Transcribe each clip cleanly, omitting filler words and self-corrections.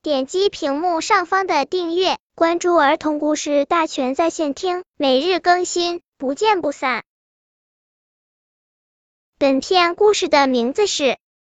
点击屏幕上方的订阅，关注儿童故事大全在线听，每日更新，不见不散。本片故事的名字是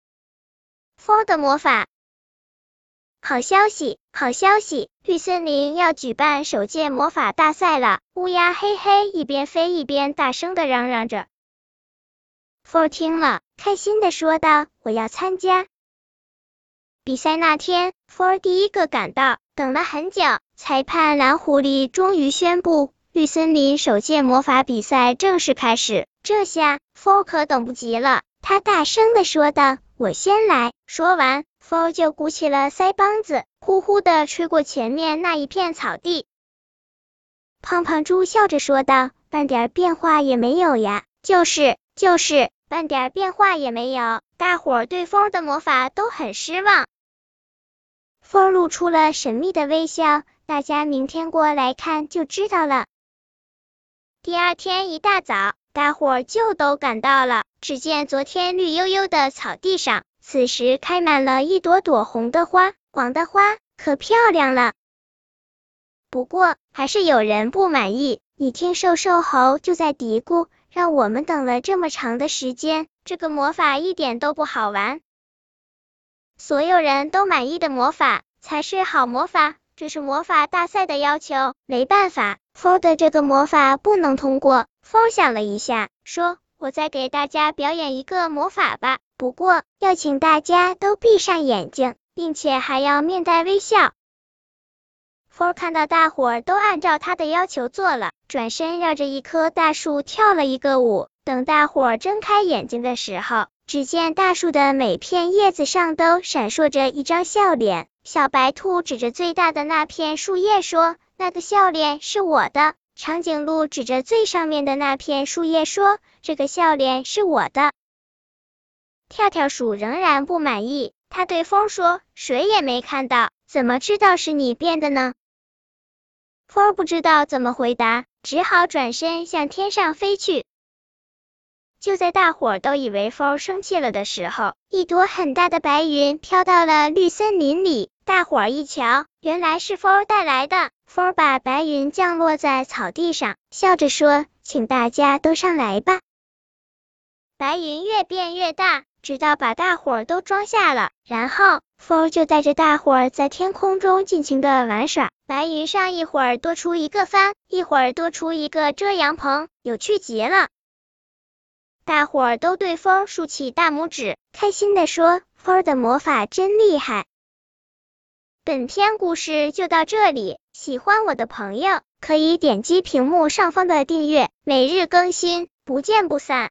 Four 的魔法。好消息，好消息，绿森林要举办首届魔法大赛了！乌鸦嘿嘿一边飞一边大声地嚷嚷着。Four 听了，开心地说道：“我要参加。”比赛那天 ，Four 第一个赶到，等了很久，裁判蓝狐狸终于宣布，绿森林首届魔法比赛正式开始。这下 Four 可等不及了，他大声地说道：“我先来！”说完 ，Four 就鼓起了腮帮子，呼呼地吹过前面那一片草地。胖胖猪笑着说道：“半点变化也没有呀！”就是，半点变化也没有。大伙儿对Four的魔法都很失望。Four露出了神秘的微笑，大家明天过来看就知道了。第二天一大早，大伙儿就都赶到了。只见昨天绿油油的草地上，此时开满了一朵朵红的花，黄的花，可漂亮了。不过，还是有人不满意。你听瘦瘦猴就在嘀咕，让我们等了这么长的时间，这个魔法一点都不好玩。所有人都满意的魔法才是好魔法，这是魔法大赛的要求。没办法 ，Four 的这个魔法不能通过。Four 想了一下，说：“我再给大家表演一个魔法吧，不过要请大家都闭上眼睛，并且还要面带微笑。”Four 看到大伙儿都按照他的要求做了，转身绕着一棵大树跳了一个舞。等大伙儿睁开眼睛的时候，只见大树的每片叶子上都闪烁着一张笑脸。小白兔指着最大的那片树叶说：“那个笑脸是我的。”长颈鹿指着最上面的那片树叶说：“这个笑脸是我的。”跳跳鼠仍然不满意，他对风说：“谁也没看到，怎么知道是你变的呢？”风不知道怎么回答，只好转身向天上飞去。就在大伙儿都以为风生气了的时候，一朵很大的白云飘到了绿森林里。大伙儿一瞧，原来是风带来的。风把白云降落在草地上，笑着说：“请大家都上来吧。”白云越变越大，直到把大伙儿都装下了。然后风就带着大伙儿在天空中尽情的玩耍。白云上一会儿多出一个帆，一会儿多出一个遮阳棚，有趣极了。大伙儿都对风竖起大拇指，开心地说：“风的魔法真厉害。”本篇故事就到这里，喜欢我的朋友可以点击屏幕上方的订阅，每日更新，不见不散。